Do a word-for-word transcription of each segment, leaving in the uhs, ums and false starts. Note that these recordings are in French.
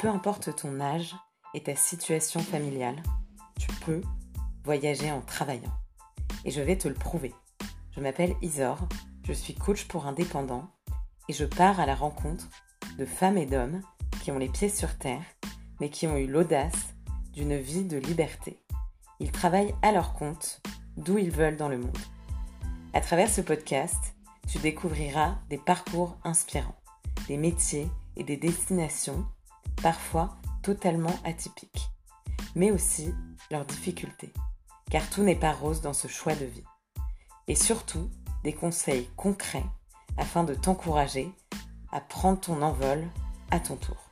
Peu importe ton âge et ta situation familiale, tu peux voyager en travaillant. Et je vais te le prouver. Je m'appelle Isor, je suis coach pour indépendants et je pars à la rencontre de femmes et d'hommes qui ont les pieds sur terre, mais qui ont eu l'audace d'une vie de liberté. Ils travaillent à leur compte, d'où ils veulent dans le monde. À travers ce podcast, tu découvriras des parcours inspirants, des métiers et des destinations parfois totalement atypiques, mais aussi leurs difficultés, car tout n'est pas rose dans ce choix de vie. Et surtout, des conseils concrets afin de t'encourager à prendre ton envol à ton tour.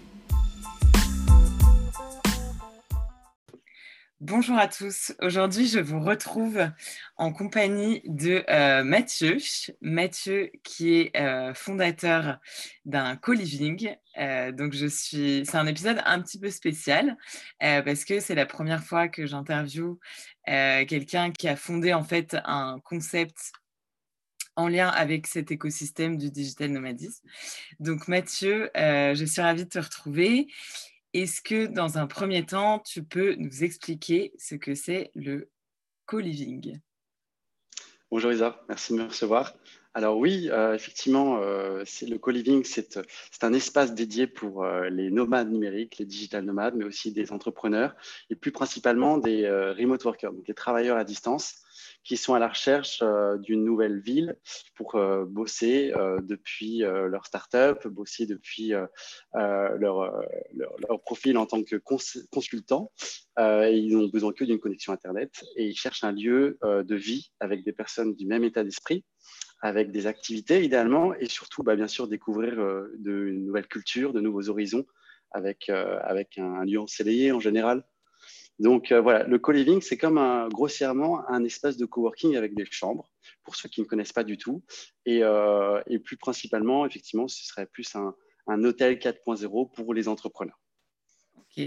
Bonjour à tous, aujourd'hui je vous retrouve en compagnie de euh, Mathieu, Mathieu qui est euh, fondateur d'un co-living. Euh, donc je suis, c'est un épisode un petit peu spécial euh, parce que c'est la première fois que j'interviewe euh, quelqu'un qui a fondé en fait un concept en lien avec cet écosystème du digital nomadisme. Donc Mathieu, euh, je suis ravie de te retrouver. Est-ce que, dans un premier temps, tu peux nous expliquer ce que c'est le co-living ? Bonjour Isa, merci de me recevoir. Alors oui, euh, effectivement, euh, c'est, le co-living, c'est, c'est un espace dédié pour euh, les nomades numériques, les digital nomades, mais aussi des entrepreneurs et plus principalement des euh, remote workers, donc des travailleurs à distance qui sont à la recherche euh, d'une nouvelle ville pour euh, bosser euh, depuis euh, leur start-up, bosser depuis euh, euh, leur, euh, leur, leur profil en tant que cons- consultant. Euh, et ils n'ont besoin que d'une connexion Internet et ils cherchent un lieu euh, de vie avec des personnes du même état d'esprit, avec des activités idéalement et surtout, bah, bien sûr, découvrir euh, de nouvelles cultures, de nouveaux horizons avec, euh, avec un, un lieu ensoleillé en général. Donc euh, voilà, le co-living, c'est comme un, grossièrement un espace de coworking avec des chambres, pour ceux qui ne connaissent pas du tout. Et, euh, et plus principalement, effectivement, ce serait plus un, un hôtel quatre point zéro pour les entrepreneurs. Ok.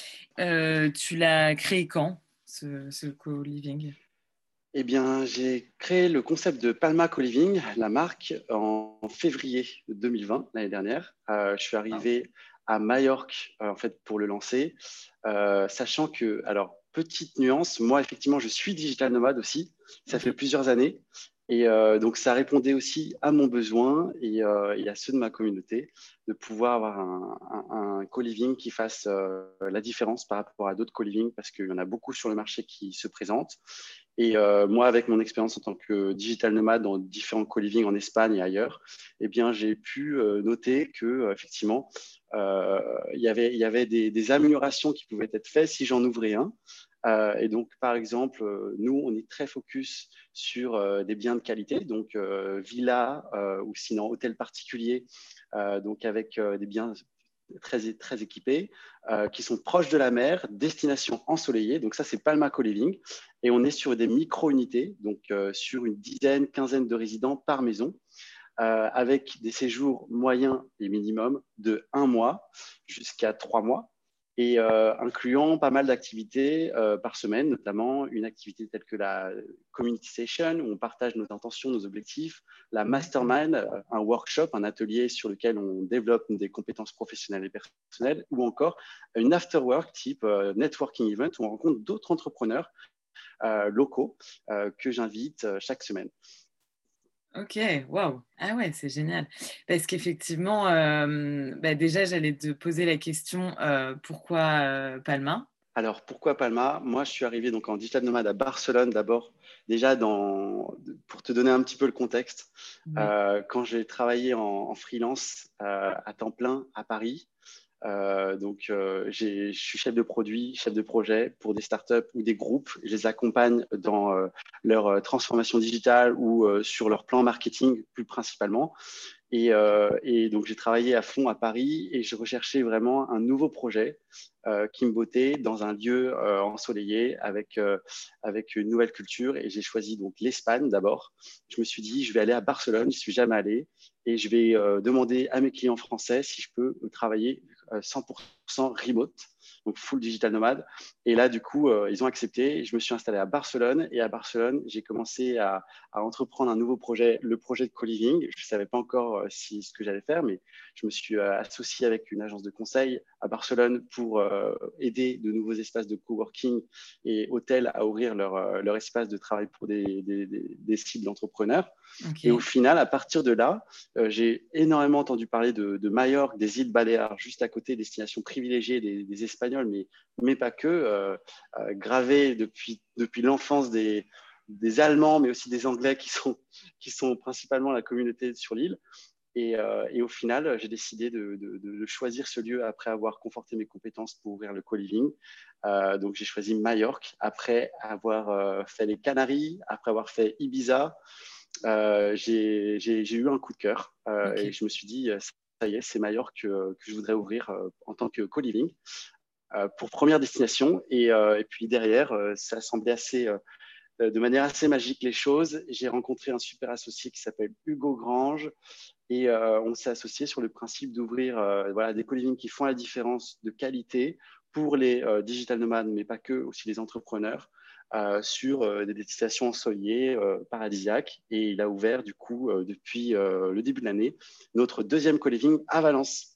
Euh, tu l'as créé quand, ce, ce co-living ? Eh bien, j'ai créé le concept de Palma Co-Living, la marque, en février deux mille vingt, l'année dernière. Euh, je suis arrivé à Majorque, euh, en fait, pour le lancer, euh, sachant que, alors, petite nuance, moi, effectivement, je suis digital nomade aussi. Ça Ok. fait plusieurs années. Et euh, donc, ça répondait aussi à mon besoin et, euh, et à ceux de ma communauté de pouvoir avoir un, un, un co-living qui fasse euh, la différence par rapport à d'autres co-living parce qu'il y en a beaucoup sur le marché qui se présentent. Et euh, moi, avec mon expérience en tant que digital nomade dans différents co-living en Espagne et ailleurs, eh bien, j'ai pu euh, noter que euh, effectivement, euh, il y avait, il y avait des, des améliorations qui pouvaient être faites si j'en ouvrais un. Euh, et donc, par exemple, euh, nous, on est très focus sur euh, des biens de qualité, donc euh, villas euh, ou sinon hôtels particuliers, euh, donc avec euh, des biens très, très équipés, euh, qui sont proches de la mer, destination ensoleillée. Donc ça, c'est Palma Co-Living. Et on est sur des micro-unités, donc euh, sur une dizaine, quinzaine de résidents par maison, euh, avec des séjours moyens et minimums de un mois jusqu'à trois mois, et euh, incluant pas mal d'activités euh, par semaine, notamment une activité telle que la Community Session, où on partage nos intentions, nos objectifs, la Mastermind, euh, un workshop, un atelier sur lequel on développe des compétences professionnelles et personnelles, ou encore une afterwork type euh, networking event, où on rencontre d'autres entrepreneurs euh, locaux euh, que j'invite euh, chaque semaine. Ok, waouh. Ah ouais, c'est génial. Parce qu'effectivement, euh, bah déjà, j'allais te poser la question, euh, pourquoi euh, Palma ? Alors, pourquoi Palma? Moi, je suis arrivé donc en digital nomade à Barcelone d'abord. Déjà, dans, pour te donner un petit peu le contexte, Oui. euh, quand j'ai travaillé en, en freelance euh, à temps plein à Paris, euh, donc euh, j'ai, je suis chef de produit, chef de projet pour des startups ou des groupes. Je les accompagne dans euh, leur euh, transformation digitale ou euh, sur leur plan marketing plus principalement. Et, euh, et donc, j'ai travaillé à fond à Paris et je recherchais vraiment un nouveau projet euh, qui me bottait dans un lieu euh, ensoleillé avec, euh, avec une nouvelle culture. Et j'ai choisi donc l'Espagne d'abord. Je me suis dit, je vais aller à Barcelone, je ne suis jamais allé, et je vais euh, demander à mes clients français si je peux travailler euh, cent pour cent remote. donc full digital nomade. Et là, du coup, euh, ils ont accepté. Je me suis installé à Barcelone et à Barcelone, j'ai commencé à, à entreprendre un nouveau projet, le projet de co-living. Je ne savais pas encore euh, si, ce que j'allais faire, mais je me suis euh, associé avec une agence de conseil à Barcelone pour euh, aider de nouveaux espaces de coworking et hôtels à ouvrir leur, euh, leur espace de travail pour des, des, des, des cibles d'entrepreneurs. Et au Ok. final, à partir de là, euh, j'ai énormément entendu parler de, de Majorque, des îles Baléares, juste à côté, destination privilégiée des, des Espagnols, mais, mais pas que, euh, euh, gravée depuis, depuis l'enfance des, des Allemands, mais aussi des Anglais qui sont, qui sont principalement la communauté sur l'île. Et, euh, et au final, j'ai décidé de, de, de, choisir ce lieu après avoir conforté mes compétences pour ouvrir le co-living. Euh, donc, j'ai choisi Majorque après avoir euh, fait les Canaries, après avoir fait Ibiza. Euh, j'ai eu un coup de cœur euh, et Ok. je me suis dit, ça y est, c'est Majorque que, que je voudrais ouvrir euh, en tant que co-living euh, pour première destination. Et, euh, et puis derrière, euh, ça semblait assez euh, de manière assez magique les choses. J'ai rencontré un super associé qui s'appelle Hugo Grange et euh, on s'est associé sur le principe d'ouvrir euh, voilà, des co-living qui font la différence de qualité pour les euh, digital nomades, mais pas que, aussi les entrepreneurs, euh, sur euh, des destinations ensoleillées, euh, paradisiaques. Et il a ouvert, du coup, euh, depuis euh, le début de l'année, notre deuxième co-living à Valence.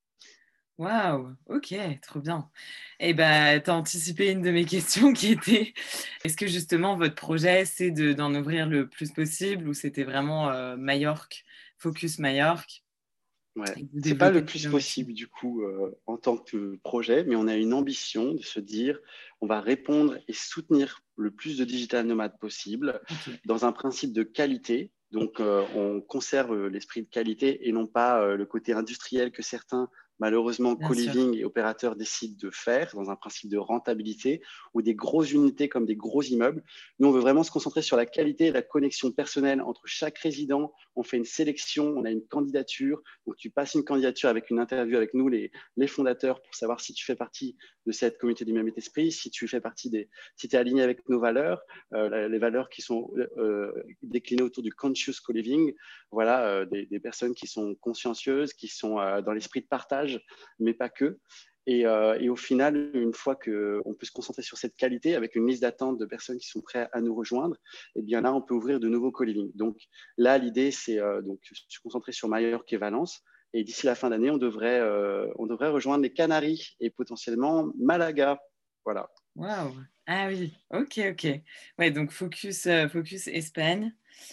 Waouh, ok, trop bien. Et ben, tu as anticipé une de mes questions qui était, est-ce que justement votre projet, c'est de, d'en ouvrir le plus possible ou c'était vraiment euh, Majorque, focus Majorque, Ouais. et de C'est pas développer le de plus plus en plus? possible du coup euh, en tant que projet, mais on a une ambition de se dire on va répondre et soutenir le plus de digital nomades possible Ok, dans un principe de qualité. Donc euh, on conserve l'esprit de qualité et non pas euh, le côté industriel que certains malheureusement bien sûr. co-living et opérateurs décident de faire dans un principe de rentabilité ou des grosses unités comme des gros immeubles. Nous on veut vraiment se concentrer sur la qualité et la connexion personnelle entre chaque résident. On fait une sélection, on a une candidature. Donc, tu passes une candidature avec une interview avec nous, les, les fondateurs, pour savoir si tu fais partie de cette communauté du même esprit, si tu fais partie des, si tu es aligné avec nos valeurs, euh, les valeurs qui sont euh, déclinées autour du conscious co-living. Voilà, euh, des, des, personnes qui sont consciencieuses, qui sont euh, dans l'esprit de partage, mais pas que. Et, euh, et, au final, une fois qu'on peut se concentrer sur cette qualité avec une liste d'attente de personnes qui sont prêtes à nous rejoindre, et eh bien là, on peut ouvrir de nouveaux co-living. Donc là, l'idée, c'est euh, donc se concentrer sur Majorque et Valence. Et d'ici la fin d'année, on devrait, euh, on devrait rejoindre les Canaries et potentiellement Malaga. Voilà. Waouh. Ah oui, ok, ok. Ouais, donc focus, euh, focus Espagne,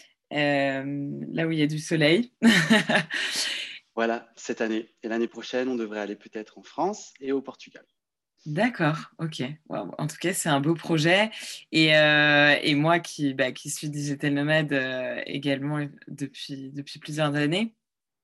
euh, là où il y a du soleil. Voilà, cette année. Et l'année prochaine, on devrait aller peut-être en France et au Portugal. D'accord, ok. Wow. En tout cas, c'est un beau projet. Et, euh, et moi qui, bah, qui suis digital nomade euh, également depuis, depuis plusieurs années,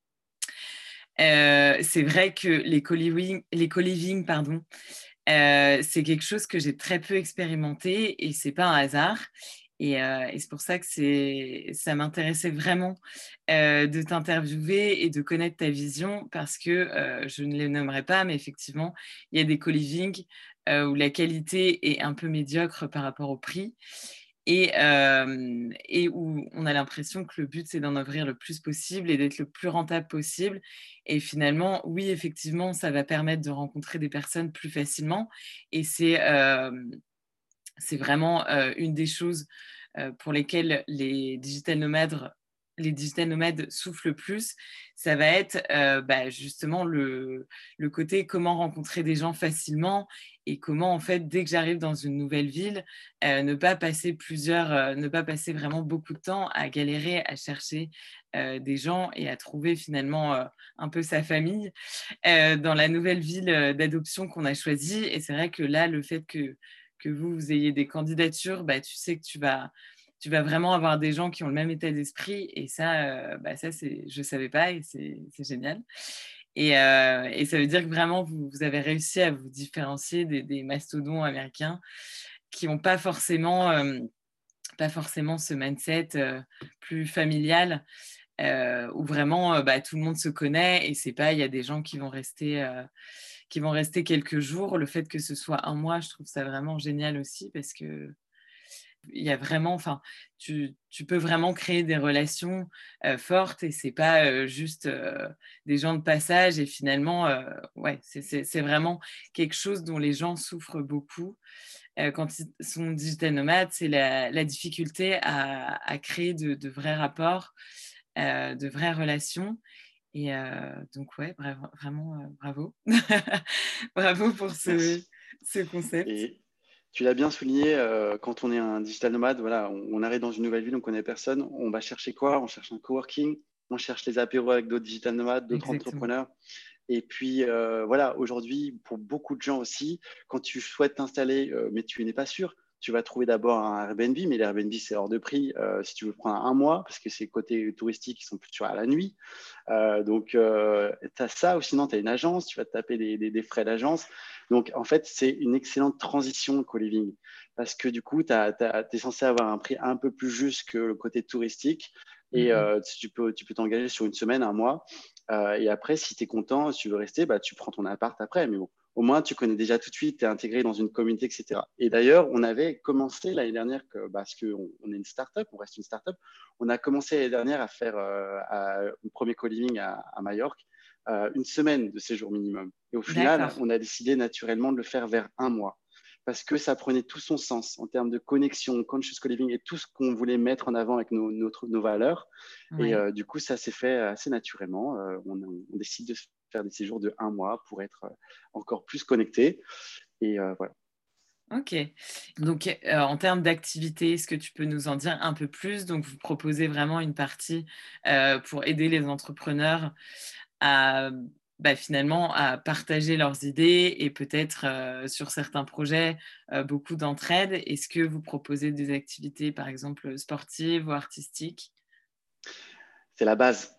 euh, c'est vrai que les co-living, les co-living, pardon, euh, c'est quelque chose que j'ai très peu expérimenté et c'est pas un hasard. Et, euh, et c'est pour ça que c'est, ça m'intéressait vraiment euh, de t'interviewer et de connaître ta vision parce que euh, je ne les nommerai pas, mais effectivement, il y a des co-living euh, où la qualité est un peu médiocre par rapport au prix et, euh, et où on a l'impression que le but, c'est d'en ouvrir le plus possible et d'être le plus rentable possible. Et finalement, oui, effectivement, ça va permettre de rencontrer des personnes plus facilement. Et c'est euh, c'est vraiment euh, une des choses euh, pour lesquelles les digital nomades les digital nomades souffrent le plus, ça va être euh, bah, justement le, le côté comment rencontrer des gens facilement et comment en fait dès que j'arrive dans une nouvelle ville euh, ne pas passer plusieurs euh, ne pas passer vraiment beaucoup de temps à galérer à chercher euh, des gens et à trouver finalement euh, un peu sa famille euh, dans la nouvelle ville euh, d'adoption qu'on a choisie. Et c'est vrai que là le fait que que vous, vous ayez des candidatures, bah, tu sais que tu vas, tu vas vraiment avoir des gens qui ont le même état d'esprit. Et ça, euh, bah, ça c'est, je ne savais pas et c'est, c'est génial. Et, euh, et ça veut dire que vraiment, vous, vous avez réussi à vous différencier des, des mastodons américains qui n'ont pas forcément, euh, pas forcément ce mindset euh, plus familial euh, où vraiment euh, bah, tout le monde se connaît et c'est pas, il y a des gens qui vont rester... Euh, qui vont rester quelques jours. Le fait que ce soit un mois, je trouve ça vraiment génial aussi parce que il y a vraiment, enfin, tu, tu peux vraiment créer des relations euh, fortes et c'est pas euh, juste euh, des gens de passage et finalement, euh, ouais, c'est, c'est, c'est vraiment quelque chose dont les gens souffrent beaucoup euh, quand ils sont digital nomades, c'est la, la difficulté à, à créer de, de vrais rapports, euh, de vraies relations. Et euh, donc, ouais, bravo, vraiment, euh, bravo. Bravo pour ce, Merci. ce concept. Et tu l'as bien souligné, euh, quand on est un digital nomade, voilà, on, on arrive dans une nouvelle ville, on ne connaît personne. On va chercher quoi? On cherche un coworking, on cherche les apéros avec d'autres digital nomades, d'autres Exactement. entrepreneurs. Et puis, euh, voilà, aujourd'hui, pour beaucoup de gens aussi, quand tu souhaites t'installer, euh, mais tu n'es pas sûr, tu vas trouver d'abord un Airbnb, mais l'Airbnb, c'est hors de prix euh, si tu veux prendre un mois, parce que c'est côté touristique, ils sont plus sur à la nuit. Euh, donc, euh, tu as ça, ou sinon, tu as une agence, tu vas te taper des, des, des frais d'agence. Donc, en fait, c'est une excellente transition, le co-living, parce que du coup, tu es censé avoir un prix un peu plus juste que le côté touristique. Et Mm, euh, tu peux tu peux t'engager sur une semaine, un mois. Euh, et après, si tu es content, si tu veux rester, bah, tu prends ton appart après. Mais bon, au moins, tu connais déjà tout de suite, tu es intégré dans une communauté, et cetera. Et d'ailleurs, on avait commencé l'année dernière, que, parce qu'on on est une startup, on reste une startup, on a commencé l'année dernière à faire euh, à, un premier co-living à, à Majorque, euh, une semaine de séjour minimum. Et au final, d'accord. on a décidé naturellement de le faire vers un mois parce que ça prenait tout son sens en termes de connexion, conscious co-living et tout ce qu'on voulait mettre en avant avec nos, notre, nos valeurs. Et Ouais. euh, du coup, ça s'est fait assez naturellement. Euh, on, on, décide de faire des séjours de un mois pour être euh, encore plus connecté. Et euh, voilà. Ok. Donc, euh, en termes d'activité, est-ce que tu peux nous en dire un peu plus? Donc, vous proposez vraiment une partie euh, pour aider les entrepreneurs à bah, finalement à partager leurs idées et peut-être euh, sur certains projets euh, beaucoup d'entraide. Est-ce que vous proposez des activités, par exemple, sportives ou artistiques? C'est la base.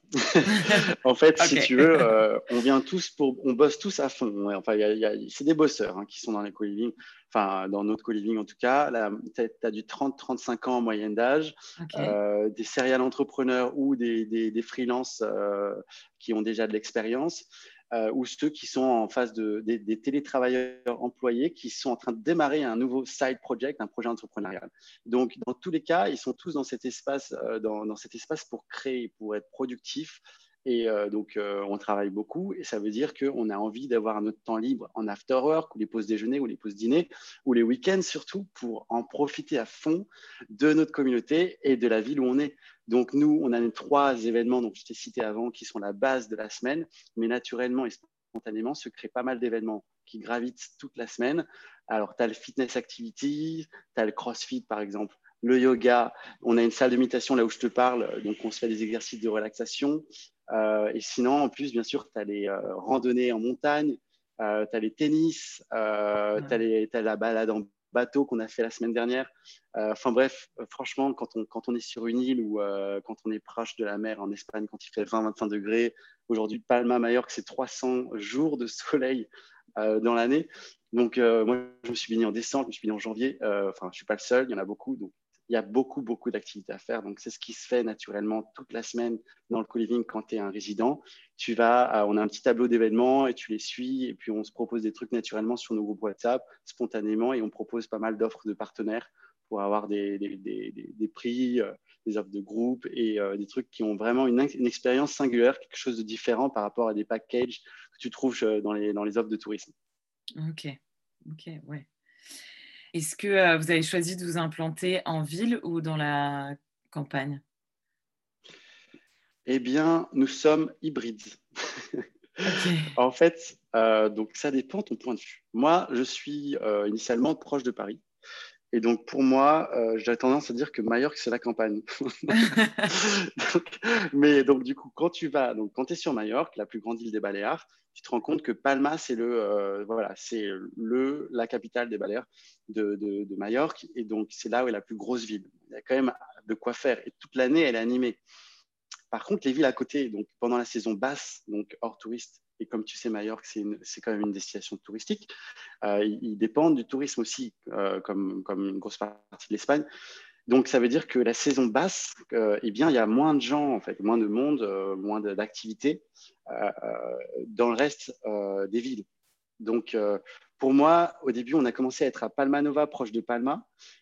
En fait, si Ok. tu veux, euh, on vient tous pour, on bosse tous à fond. Ouais. Enfin, y a, y a, c'est des bosseurs hein, qui sont dans les co-living, enfin dans notre co-living en tout cas. Tu as du trente à trente-cinq ans en moyenne d'âge, Ok. euh, des serial entrepreneurs ou des, des, des freelances euh, qui ont déjà de l'expérience. Euh, ou ceux qui sont en phase de des, des télétravailleurs employés qui sont en train de démarrer un nouveau side project, un projet entrepreneurial. Donc, dans tous les cas, ils sont tous dans cet espace, euh, dans, dans cet espace pour créer, pour être productifs. Et euh, donc, euh, on travaille beaucoup et ça veut dire qu'on a envie d'avoir notre temps libre en after work ou les pauses déjeuner ou les pauses dîner ou les week-ends surtout pour en profiter à fond de notre communauté et de la ville où on est. Donc, nous, on a les trois événements dont je t'ai cité avant qui sont la base de la semaine, mais naturellement et spontanément se créent pas mal d'événements qui gravitent toute la semaine. Alors, tu as le fitness activity, tu as le crossfit par exemple, le yoga. On a une salle de méditation là où je te parle, donc on se fait des exercices de relaxation. Euh, et sinon, en plus, bien sûr, tu as les euh, randonnées en montagne, euh, tu as les tennis, euh, tu as, as la balade en bateau qu'on a fait la semaine dernière. Euh, enfin bref, franchement, quand on, quand on est sur une île ou euh, quand on est proche de la mer en Espagne, quand il fait vingt à vingt-cinq degrés, aujourd'hui, Palma, Majorque, c'est trois cents jours de soleil euh, dans l'année. Donc, euh, moi, je me suis baigné en décembre, je me suis baigné en janvier. Euh, enfin, je ne suis pas le seul, il y en a beaucoup. Donc, il y a beaucoup, beaucoup d'activités à faire. Donc, c'est ce qui se fait naturellement toute la semaine dans le co-living quand tu es un résident. Tu vas, on a un petit tableau d'événements et tu les suis. Et puis, on se propose des trucs naturellement sur nos groupes WhatsApp, spontanément. Et on propose pas mal d'offres de partenaires pour avoir des, des, des, des, des prix, euh, des offres de groupe et euh, des trucs qui ont vraiment une, une expérience singulière, quelque chose de différent par rapport à des packages que tu trouves euh, dans les, dans les offres de tourisme. Ok. Ok, ouais. Est-ce que euh, vous avez choisi de vous implanter en ville ou dans la campagne? Eh bien, nous sommes hybrides. Ok. En fait, euh, donc ça dépend de ton point de vue. Moi, je suis euh, initialement proche de Paris. Et donc, pour moi, euh, j'ai tendance à dire que Majorque, c'est la campagne. donc, mais donc, du coup, quand tu vas, donc, quand tu es sur Majorque, la plus grande île des Baléares, tu te rends compte que Palma, c'est le, euh, voilà, c'est le, la capitale des Baléares de, de, de Majorque. Et donc, c'est là où est la plus grosse ville. Il y a quand même de quoi faire. Et toute l'année, elle est animée. Par contre, les villes à côté, donc pendant la saison basse, donc hors touriste, et comme tu sais, Majorque, c'est, une, c'est quand même une destination touristique, euh, ils, ils dépendent du tourisme aussi, euh, comme, comme une grosse partie de l'Espagne. Donc, ça veut dire que la saison basse, euh, eh bien, il y a moins de gens, en fait, moins de monde, euh, moins de, d'activités euh, dans le reste euh, des villes. Donc, euh, pour moi, au début, on a commencé à être à Palma Nova, proche de Palma.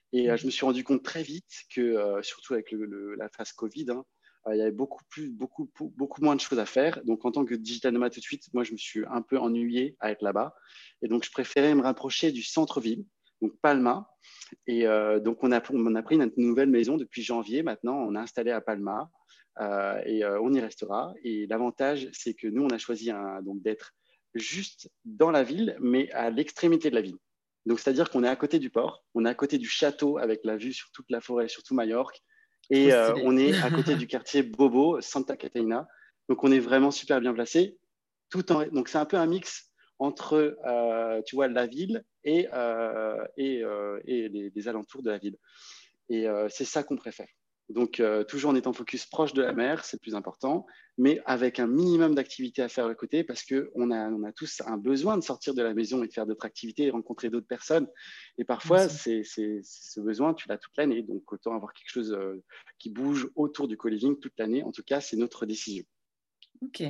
Et euh, je me suis rendu compte très vite que, euh, surtout avec le, le, la phase Covid, hein, euh, il y avait beaucoup, plus, beaucoup, beaucoup moins de choses à faire. Donc, en tant que digital nomade tout de suite, moi, je me suis un peu ennuyé à être là-bas. Et donc, je préférais me rapprocher du centre-ville, donc Palma. Et euh, donc, on a, on a pris notre nouvelle maison depuis janvier. Maintenant, on a installé à Palma euh, et euh, on y restera. Et l'avantage, c'est que nous, on a choisi un, donc d'être juste dans la ville, mais à l'extrémité de la ville. Donc, c'est-à-dire qu'on est à côté du port, on est à côté du château avec la vue sur toute la forêt, sur tout Majorque. Trop Et euh, stylé. on est à côté du quartier Bobo, Santa Catarina. Donc, on est vraiment super bien placé. Tout en... Donc, c'est un peu un mix entre, euh, tu vois, la ville et, euh, et, euh, et les, les alentours de la ville. Et euh, c'est ça qu'on préfère. Donc, euh, toujours en étant focus proche de la mer, c'est le plus important, mais avec un minimum d'activités à faire à côté parce qu'on a, on a tous un besoin de sortir de la maison et de faire d'autres activités et rencontrer d'autres personnes. Et Bien parfois, sûr. c'est, c'est, c'est ce besoin, tu l'as toute l'année. Donc, autant avoir quelque chose euh, qui bouge autour du co-living toute l'année. En tout cas, c'est notre décision. Ok,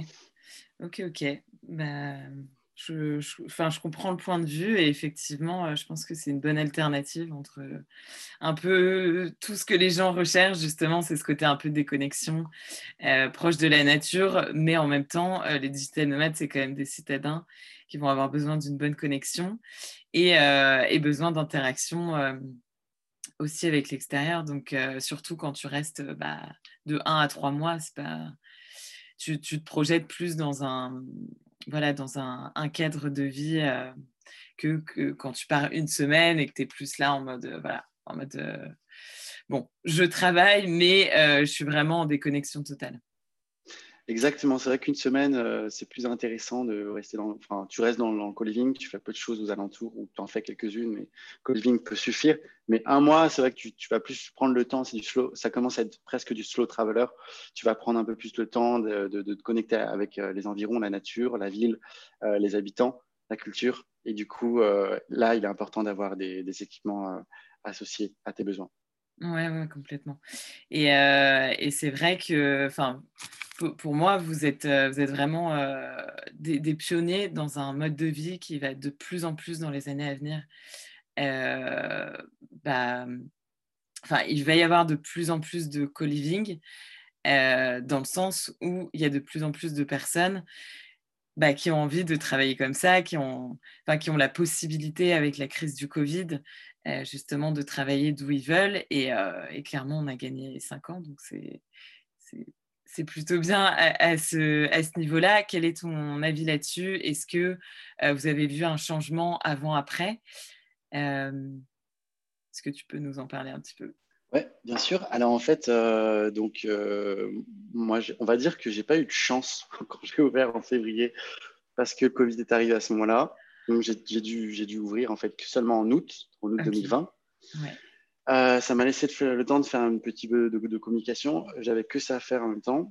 ok, ok. Bah, je, je, enfin, je comprends le point de vue et effectivement, euh, je pense que c'est une bonne alternative entre euh, un peu tout ce que les gens recherchent, justement, c'est ce côté un peu déconnexion, euh, proche de la nature, mais en même temps, euh, les digital nomades, c'est quand même des citadins qui vont avoir besoin d'une bonne connexion et, euh, et besoin d'interaction euh, aussi avec l'extérieur. Donc, euh, surtout quand tu restes bah, de un à trois mois, c'est pas... tu, tu te projettes plus dans un, voilà, dans un, un cadre de vie euh, que, que quand tu pars une semaine et que tu es plus là en mode, euh, voilà, en mode euh, bon, je travaille, mais euh, je suis vraiment en déconnexion totale. Exactement, c'est vrai qu'une semaine, euh, c'est plus intéressant de rester dans. Enfin, tu restes dans, dans le co-living, tu fais peu de choses aux alentours ou tu en fais quelques-unes, mais co-living peut suffire. Mais un mois, c'est vrai que tu, tu vas plus prendre le temps, c'est du slow, ça commence à être presque du slow traveler. Tu vas prendre un peu plus le temps de, de, de te connecter avec euh, les environs, la nature, la ville, euh, les habitants, la culture. Et du coup, euh, là, il est important d'avoir des, des équipements euh, associés à tes besoins. Ouais, ouais, complètement. Et, euh, et c'est vrai que, enfin, pour, pour moi, vous êtes, euh, vous êtes vraiment euh, des, des pionniers dans un mode de vie qui va être de plus en plus dans les années à venir. Euh, bah, enfin, il va y avoir de plus en plus de co-living euh, dans le sens où il y a de plus en plus de personnes bah, qui ont envie de travailler comme ça, qui ont, enfin, qui ont la possibilité avec la crise du Covid, euh, justement, de travailler d'où ils veulent. Et, euh, et clairement, on a gagné cinq ans, donc c'est, c'est, c'est plutôt bien à, à ce, à ce niveau-là. Quel est ton avis là-dessus? Est-ce que euh, vous avez vu un changement avant-après? euh, Est-ce que tu peux nous en parler un petit peu? Ouais, bien sûr. Alors en fait, euh, donc euh, moi, j'ai- on va dire que j'ai pas eu de chance quand j'ai ouvert en février parce que le Covid est arrivé à ce moment-là. Donc j'ai j'ai dû, j'ai dû ouvrir en fait que seulement en août, en août Ok, deux mille vingt. ouais. Euh, ça m'a laissé de faire- le temps de faire un petit peu de, de communication. J'avais que ça à faire en même temps.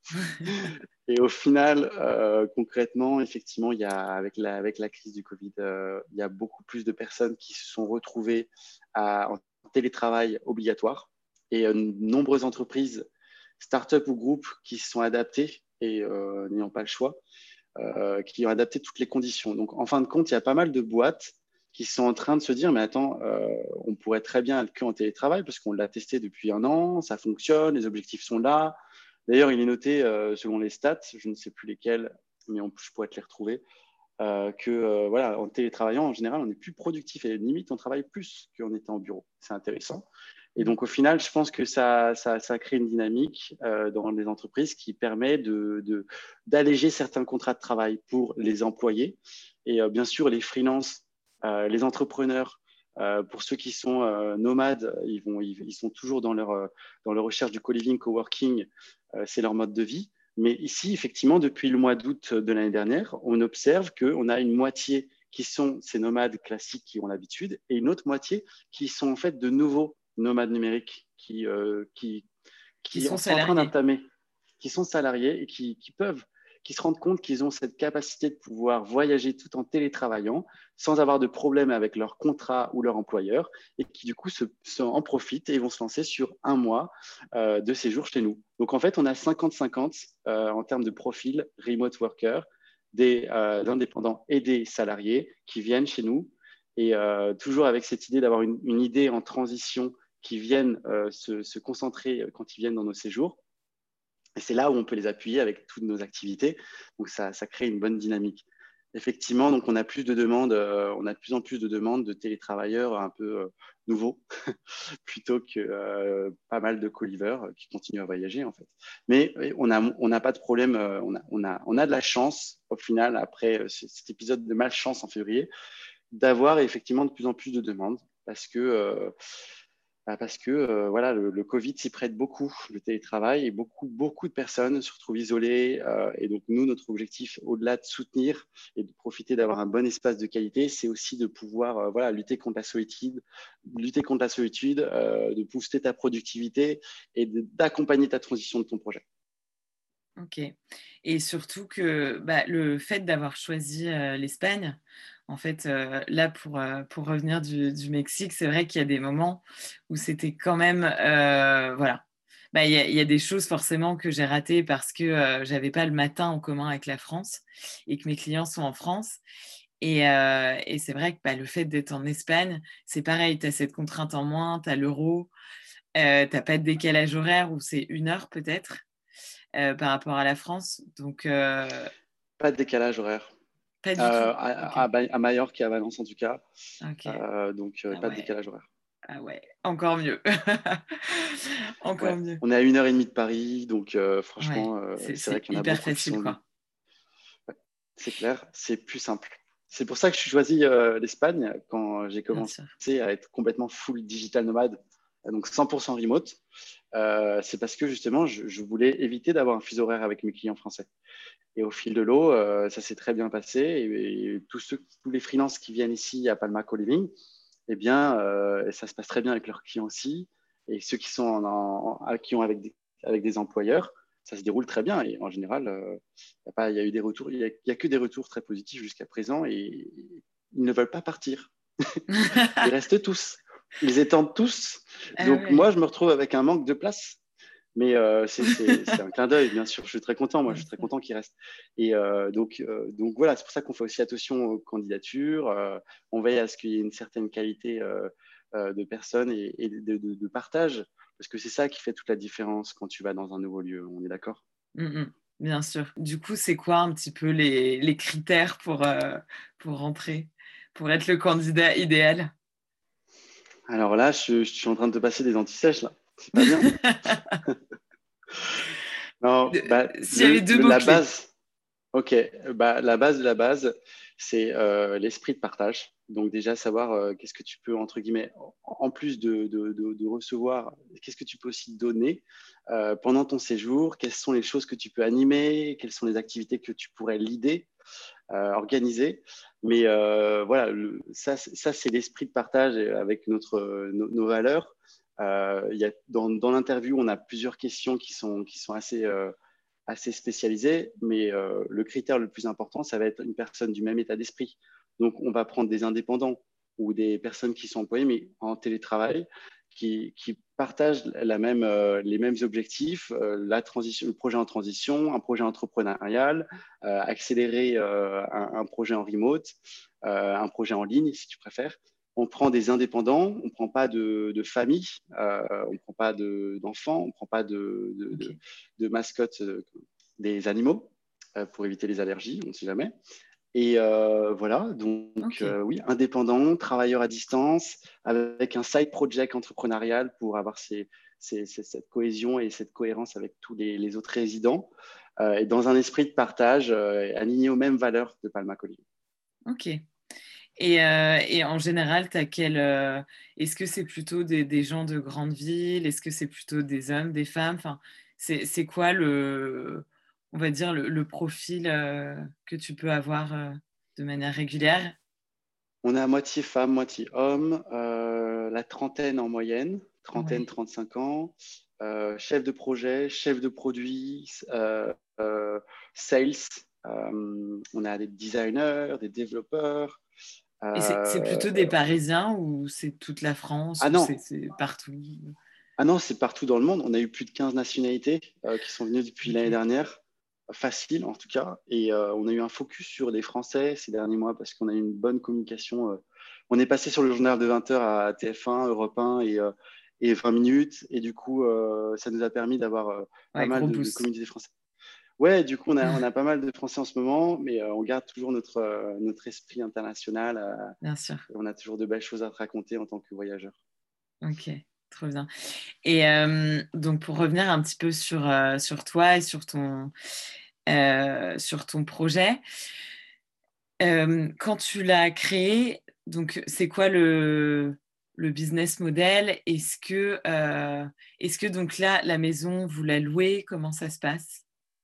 Et au final, euh, concrètement, effectivement, il y a, avec la, avec la crise du Covid, euh, il y a beaucoup plus de personnes qui se sont retrouvées à, en télétravail obligatoire et euh, nombreuses entreprises, start-up ou groupes qui se sont adaptés et euh, n'ayant pas le choix, euh, qui ont adapté toutes les conditions. Donc, en fin de compte, il y a pas mal de boîtes qui sont en train de se dire, mais attends, euh, on pourrait très bien être qu'en télétravail parce qu'on l'a testé depuis un an, ça fonctionne, les objectifs sont là. D'ailleurs, il est noté, euh, selon les stats, je ne sais plus lesquels, mais on, je pourrais te les retrouver, euh, que euh, voilà, en télétravaillant, en général, on est plus productif et limite, on travaille plus qu'en étant au bureau. C'est intéressant. Et donc, au final, je pense que ça, ça, ça crée une dynamique euh, dans les entreprises qui permet de, de, d'alléger certains contrats de travail pour les employés. Et euh, bien sûr, les freelances, euh, les entrepreneurs, euh, pour ceux qui sont euh, nomades, ils, vont, ils, ils, sont toujours dans leur, euh, dans leur recherche du co-living, co-working, euh, c'est leur mode de vie. Mais ici, effectivement, depuis le mois d'août de l'année dernière, on observe qu'on a une moitié qui sont ces nomades classiques qui ont l'habitude et une autre moitié qui sont en fait de nouveaux nomades numériques qui, euh, qui, Qui qui sont sont en train salariés. d'entamer, qui sont salariés et qui, qui peuvent, qui se rendent compte qu'ils ont cette capacité de pouvoir voyager tout en télétravaillant sans avoir de problème avec leur contrat ou leur employeur et qui du coup se, se en profitent et vont se lancer sur un mois euh, de séjour chez nous. Donc en fait, on a cinquante cinquante euh, en termes de profil remote worker, des euh, indépendants et des salariés qui viennent chez nous et euh, toujours avec cette idée d'avoir une, une idée en transition qui viennent euh, se, se concentrer quand ils viennent dans nos séjours. Et c'est là où on peut les appuyer avec toutes nos activités. Donc, ça, ça crée une bonne dynamique. Effectivement, donc on a plus de demandes, euh, on a de plus en plus de demandes de télétravailleurs un peu euh, nouveaux, plutôt que euh, pas mal de co-livers euh, qui continuent à voyager en fait. Mais on n'a on a pas de problème, euh, on, a, on, a, on a de la chance au final, après euh, cet épisode de malchance en février, d'avoir effectivement de plus en plus de demandes parce que euh, bah, parce que euh, voilà, le, le Covid s'y prête beaucoup, le télétravail, et beaucoup, beaucoup de personnes se retrouvent isolées. Euh, et donc, nous, notre objectif, au-delà de soutenir et de profiter d'avoir un bon espace de qualité, c'est aussi de pouvoir euh, voilà, lutter contre la solitude, lutter contre la solitude, euh, de booster ta productivité et de, d'accompagner ta transition de ton projet. Ok. Et surtout que bah, le fait d'avoir choisi euh, l'Espagne, en fait, euh, là, pour, euh, pour revenir du, du Mexique, c'est vrai qu'il y a des moments où c'était quand même, euh, voilà, bah, il y a, il y a des choses forcément que j'ai ratées parce que euh, j'avais pas le matin en commun avec la France et que mes clients sont en France. Et, euh, et c'est vrai que bah, le fait d'être en Espagne, c'est pareil, tu as cette contrainte en moins, tu as l'euro, euh, tu n'as pas de décalage horaire où c'est une heure peut-être euh, par rapport à la France. Donc, euh, Pas de décalage horaire. pas du tout. Euh, à, Ok. à, à Majorque et à Valence en tout cas. Ok. Euh, donc, euh, Ah pas de ouais. décalage horaire. Ah ouais. Encore mieux. Encore Ouais. mieux. On est à une heure et demie de Paris, donc euh, Ouais. franchement, euh, C'est, c'est vrai c'est qu'il y en a hyper beaucoup qui facile, sont. quoi. C'est clair, c'est plus simple. C'est pour ça que je suis choisi euh, l'Espagne quand j'ai Bien commencé sûr. à être complètement full digital nomade, donc cent pour cent remote. Euh, c'est parce que justement, je, je voulais éviter d'avoir un fuseau horaire avec mes clients français. Et au fil de l'eau, euh, ça s'est très bien passé. Et, et tous, ceux, tous les freelances qui viennent ici à Palma Co-Living, eh bien, euh, ça se passe très bien avec leurs clients aussi. Et ceux qui sont en, en, qui ont avec des, avec des employeurs, ça se déroule très bien. Et en général, euh, il y a pas, il y a eu des retours, il y a, il y a que des retours très positifs jusqu'à présent. Et ils ne veulent pas partir. Ils restent tous. Ils étendent tous. Ah Donc ouais. moi, je me retrouve avec un manque de place. Mais euh, c'est, c'est, c'est un clin d'œil, bien sûr. Je suis très content. Moi, je Bien suis très sûr. content qu'il reste. Et euh, donc, euh, donc voilà, c'est pour ça qu'on fait aussi attention aux candidatures. Euh, on veille à ce qu'il y ait une certaine qualité euh, euh, de personnes et, et de, de, de, partage, parce que c'est ça qui fait toute la différence quand tu vas dans un nouveau lieu. On est d'accord? Mm, mm. Bien sûr. Du coup, c'est quoi un petit peu les, les critères pour, euh, pour rentrer, pour être le candidat idéal? Alors là, je, je, suis en train de te passer des anti-sèches, là. C'est pas bien. Non, bah, S'il y avait le, deux le, la mots-clés. base, ok, bah, la base de la base, c'est euh, l'esprit de partage. Donc déjà savoir euh, qu'est-ce que tu peux, entre guillemets, en en plus de, de, de, de recevoir, qu'est-ce que tu peux aussi donner euh, pendant ton séjour, quelles sont les choses que tu peux animer, quelles sont les activités que tu pourrais leader, euh, organiser. Mais euh, voilà, le, ça, ça c'est l'esprit de partage avec notre, nos, nos valeurs. Euh, il y a, dans dans l'interview, on a plusieurs questions qui sont, qui sont assez... Euh, assez spécialisé, mais euh, le critère le plus important, ça va être une personne du même état d'esprit. Donc, on va prendre des indépendants ou des personnes qui sont employées, mais en télétravail, qui, qui partagent la même, euh, les mêmes objectifs, euh, la transition, le projet en transition, un projet entrepreneurial, euh, accélérer euh, un, un, projet en remote, euh, un projet en ligne, si tu préfères. On prend des indépendants, on ne prend pas de, de famille, euh, on ne prend pas de, d'enfants, on ne prend pas de, de, de, Ok. de mascottes euh, des animaux euh, pour éviter les allergies, on ne sait jamais. Et euh, voilà, donc Ok. euh, oui, indépendant, travailleur à distance, avec un side project entrepreneurial pour avoir ces, ces, ces, cette cohésion et cette cohérence avec tous les, les autres résidents, euh, et dans un esprit de partage, euh, aligné aux mêmes valeurs de Palma Colline. Ok. Et, euh, et en général, t'as quel, euh, est-ce que c'est plutôt des, des gens de grandes villes? Est-ce que c'est plutôt des hommes, des femmes? Enfin, c'est, c'est quoi le, on va dire, le, le profil euh, que tu peux avoir euh, de manière régulière? On est à moitié femmes, moitié hommes, euh, la trentaine en moyenne, trentaine, Ouais. trente-cinq ans, euh, chef de projet, chef de produit, euh, euh, sales. Euh, on a des designers, des développeurs. Et c'est, c'est Euh, plutôt des Parisiens ou c'est toute la France ah ou c'est, non, c'est partout? ah non, c'est partout dans le monde. On a eu plus de quinze nationalités euh, qui sont venues depuis l'année Ok. dernière. facile en tout cas. Et euh, on a eu un focus sur les Français ces derniers mois parce qu'on a eu une bonne communication. Euh, on est passé sur le journal de vingt heures à T F un, Europe un et, euh, et vingt minutes. Et du coup, euh, ça nous a permis d'avoir euh, pas Ouais, mal gros de, de boost. communautés françaises. Ouais, du coup, on a, on a pas mal de Français en ce moment, mais euh, on garde toujours notre, euh, notre esprit international. Euh, Bien sûr. et on a toujours de belles choses à te raconter en tant que voyageur. Ok, trop bien. Et euh, donc, pour revenir un petit peu sur, euh, sur toi et sur ton, euh, sur ton projet, euh, quand tu l'as créé, donc, c'est quoi le, le business model? Est-ce que, euh, est-ce que donc là, la maison, vous la louez? Comment ça se passe?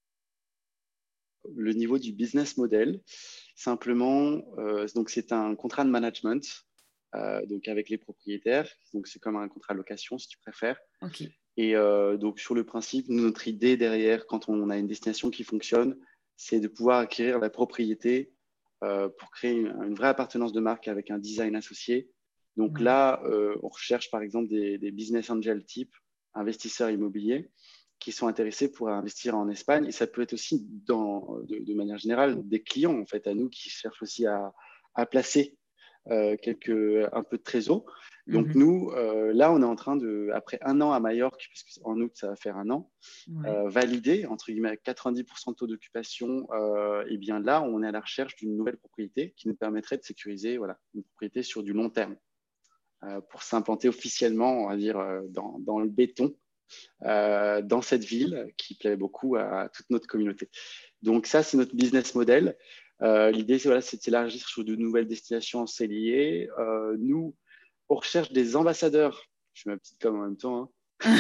Le niveau du business model, simplement, euh, donc c'est un contrat de management, euh, donc avec les propriétaires. Donc c'est comme un contrat de location, si tu préfères. Ok, Et euh, donc sur le principe, notre idée derrière, quand on a une destination qui fonctionne, c'est de pouvoir acquérir la propriété euh, pour créer une, une, vraie appartenance de marque avec un design associé. Donc ouais, là, euh, on recherche par exemple des, des business angel type investisseurs immobiliers qui sont intéressés pour investir en Espagne. Et ça peut être aussi, dans, de, de manière générale, des clients en fait à nous qui cherchent aussi à, à placer euh, quelques, un peu de trésor. Donc mhm, nous, euh, là, on est en train de, après un an à Majorque, parce qu'en août, ça va faire un an, ouais, euh, valider, entre guillemets, à quatre-vingt-dix pour cent de taux d'occupation, euh, et bien là, on est à la recherche d'une nouvelle propriété qui nous permettrait de sécuriser voilà, une propriété sur du long terme euh, pour s'implanter officiellement, on va dire, euh, dans, dans le béton, euh, dans cette ville qui plaît beaucoup à toute notre communauté. Donc ça, c'est notre business model. Euh, L'idée, c'est voilà, de s'élargir sur de nouvelles destinations ensoleillées. Euh, nous, on recherche des ambassadeurs. Je fais ma petite com en même temps. Hein.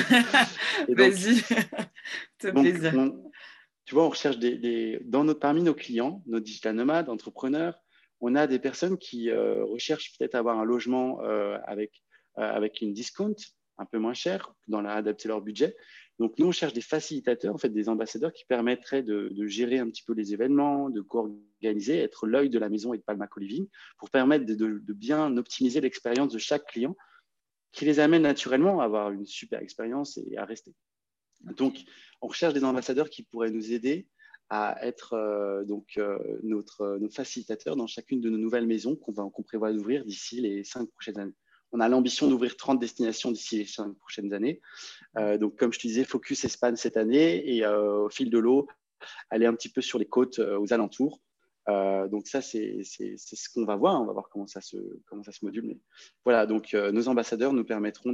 Et donc, Vas-y, fais donc plaisir. on, tu vois, on recherche des, des dans notre, parmi nos clients, nos digital nomades, entrepreneurs, on a des personnes qui euh, recherchent peut-être avoir un logement euh, avec, euh, avec une discount un peu moins cher, dans la, adapter leur budget. Donc, nous, on cherche des facilitateurs, en fait, des ambassadeurs qui permettraient de, de gérer un petit peu les événements, de co-organiser, être l'œil de la maison et de Palma Co-Living pour permettre de, de, de bien optimiser l'expérience de chaque client qui les amène naturellement à avoir une super expérience et à rester. Donc, Ok. on recherche des ambassadeurs qui pourraient nous aider à être euh, donc euh, notre, euh, nos facilitateurs dans chacune de nos nouvelles maisons qu'on va qu'on prévoit d'ouvrir d'ici les cinq prochaines années. On a l'ambition d'ouvrir trente destinations d'ici les cinq prochaines années. Euh, donc, comme je te disais, focus Espagne cette année et euh, au fil de l'eau, aller un petit peu sur les côtes euh, aux alentours. Euh, donc ça, c'est ce qu'on va voir. On va voir comment ça se, comment ça se module. Mais voilà, donc euh, nos ambassadeurs nous permettront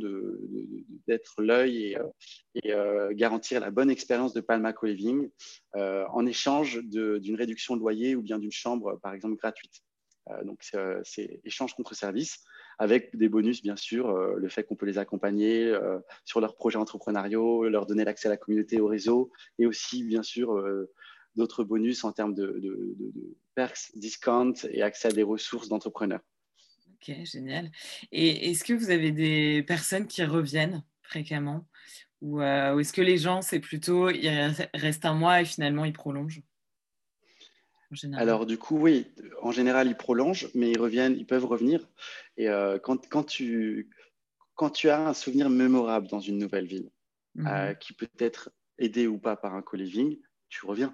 d'être l'œil et, euh, et euh, garantir la bonne expérience de Palma Co-Living euh, en échange d'une réduction de loyer ou bien d'une chambre, par exemple, gratuite. Euh, donc c'est échange contre service avec des bonus, bien sûr, euh, le fait qu'on peut les accompagner euh, sur leurs projets entrepreneuriaux, leur donner l'accès à la communauté, au réseau, et aussi, bien sûr, euh, d'autres bonus en termes de, de, de, de perks, discounts et accès à des ressources d'entrepreneurs. Ok, génial. Et est-ce que vous avez des personnes qui reviennent fréquemment ou, euh, ou est-ce que les gens, c'est plutôt, ils restent un mois et finalement ils prolongent en général? Alors, du coup, oui, en général, ils prolongent, mais ils reviennent, ils peuvent revenir. Et euh, quand, quand, tu, quand tu as un souvenir mémorable dans une nouvelle ville, euh, Mhm. qui peut être aidé ou pas par un co-living, tu reviens.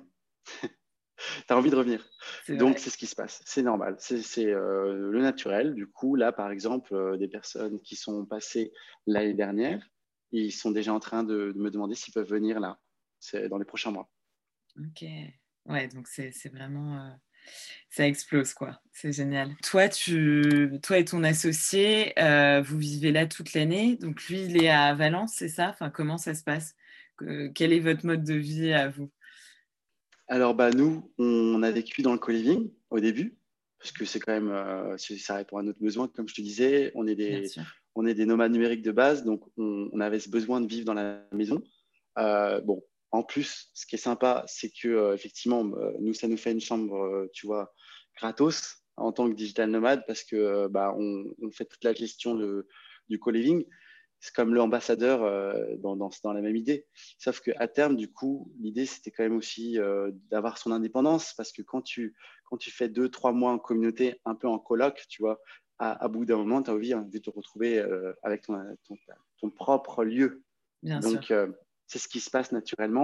Tu as envie de revenir. C'est Donc, vrai. c'est ce qui se passe. C'est normal. C'est euh, le naturel. Du coup, là, par exemple, euh, des personnes qui sont passées l'année dernière, ils sont déjà en train de, de me demander s'ils peuvent venir là, c'est dans les prochains mois. Ok. Ouais, donc c'est c'est vraiment, euh, ça explose quoi. C'est génial. Toi, tu, toi et ton associé, euh, vous vivez là toute l'année. Donc lui, il est à Valence, c'est ça? Enfin, comment ça se passe? Que- Quel est votre mode de vie à vous? Alors, bah, nous, on a vécu dans le co-living au début, parce que c'est quand même, euh, ça répond à notre besoin. Comme je te disais, on est Bien des, sûr. on est des nomades numériques de base, donc on, on avait ce besoin de vivre dans la maison. Euh, bon, en plus, ce qui est sympa, c'est que euh, effectivement, euh, nous, ça nous fait une chambre, euh, tu vois, gratos en tant que digital nomade, parce que euh, bah, on, on fait toute la gestion de, du co-living. C'est comme l'ambassadeur euh, dans, dans, dans, la même idée. Sauf qu'à terme, du coup, l'idée, c'était quand même aussi euh, d'avoir son indépendance, parce que quand tu, quand tu fais deux, trois mois en communauté, un peu en coloc, tu vois, à, à bout d'un moment, tu as envie, envie de te retrouver euh, avec ton, ton, ton propre lieu. Bien sûr. Donc, euh, c'est ce qui se passe naturellement.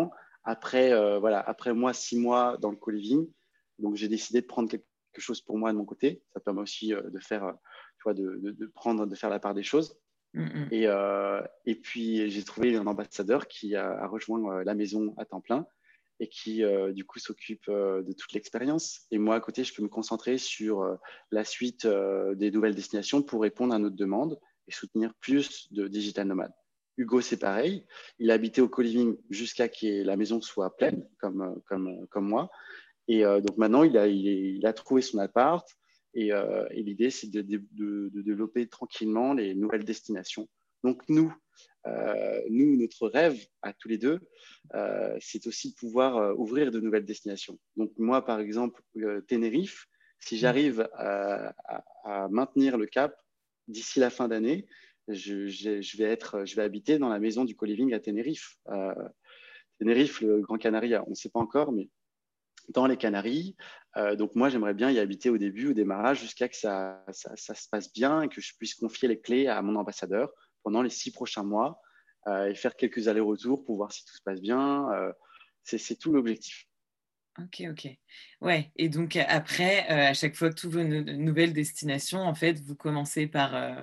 Après, euh, voilà, après moi, six mois dans le co-living, donc j'ai décidé de prendre quelque chose pour moi de mon côté. Ça permet aussi euh, de faire, euh, tu vois, de, de, de, prendre, de faire la part des choses. Mm-hmm. Et, euh, et puis, j'ai trouvé un ambassadeur qui a, a rejoint euh, la maison à temps plein et qui, euh, du coup, s'occupe euh, de toute l'expérience. Et moi, à côté, je peux me concentrer sur euh, la suite euh, des nouvelles destinations pour répondre à notre demande et soutenir plus de digital nomades. Hugo, c'est pareil. Il a habité au co-living jusqu'à que la maison soit pleine, comme, comme, comme moi. Et euh, donc maintenant, il a, il, est, il a trouvé son appart. Et, euh, et l'idée, c'est de, de, de, développer tranquillement les nouvelles destinations. Donc nous, euh, nous, notre rêve à tous les deux, euh, c'est aussi de pouvoir euh, ouvrir de nouvelles destinations. Donc moi, par exemple, euh, Tenerife, si j'arrive à, à, à maintenir le cap d'ici la fin d'année, je, je, je, vais être, je vais habiter dans la maison du co-living à Tenerife. Euh, Tenerife, le Grand Canaria, on ne sait pas encore, mais dans les Canaries. Euh, donc moi, j'aimerais bien y habiter au début, au démarrage, jusqu'à que ça, ça, ça, se passe bien et que je puisse confier les clés à mon ambassadeur pendant les six prochains mois euh, et faire quelques allers-retours pour voir si tout se passe bien. Euh, c'est tout l'objectif. Ok, ok. Ouais, et donc après, euh, à chaque fois que tu ouvres une nouvelle destination, en fait, vous commencez par, euh,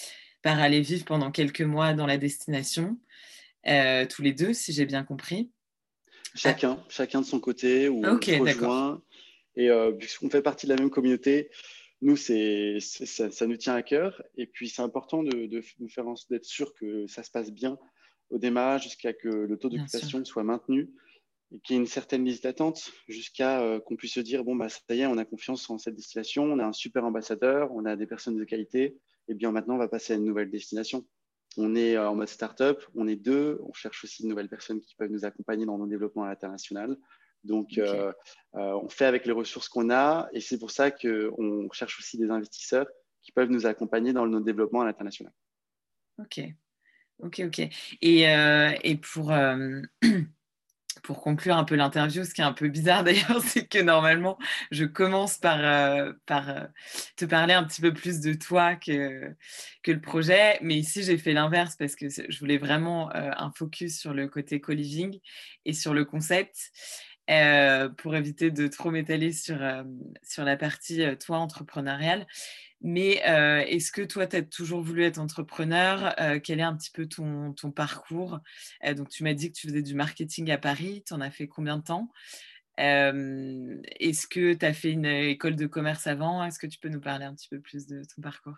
par aller vivre pendant quelques mois dans la destination, euh, tous les deux, si j'ai bien compris. Chacun, ah. chacun de son côté, où Ok, on se rejoint. Et euh, puisqu'on fait partie de la même communauté, nous, c'est, c'est, ça, ça nous tient à cœur. Et puis, c'est important de, de, de faire d'être sûr que ça se passe bien au démarrage jusqu'à que le taux d'occupation soit maintenu et qu'il y ait une certaine liste d'attente jusqu'à euh, qu'on puisse se dire, bon, bah, ça y est, on a confiance en cette destination, on a un super ambassadeur, on a des personnes de qualité, et bien maintenant, on va passer à une nouvelle destination. On est euh, en mode startup, on est deux, on cherche aussi de nouvelles personnes qui peuvent nous accompagner dans nos développements à l'international. Donc, okay. euh, euh, on fait avec les ressources qu'on a, et c'est pour ça qu'on cherche aussi des investisseurs qui peuvent nous accompagner dans notre développement à l'international. Ok, ok, ok. Et, euh, et pour... Euh... Pour conclure un peu l'interview, ce qui est un peu bizarre d'ailleurs, c'est que normalement, je commence par, euh, par euh, te parler un petit peu plus de toi que, que le projet. Mais ici, j'ai fait l'inverse parce que je voulais vraiment euh, un focus sur le côté co-living et sur le concept euh, pour éviter de trop m'étaler sur, euh, sur la partie, euh, toi, entrepreneuriale. Mais euh, est-ce que toi, tu as toujours voulu être entrepreneur? euh, Quel est un petit peu ton, ton parcours? euh, Donc, tu m'as dit que tu faisais du marketing à Paris. Tu en as fait combien de temps? euh, Est-ce que tu as fait une école de commerce avant? Est-ce que tu peux nous parler un petit peu plus de ton parcours?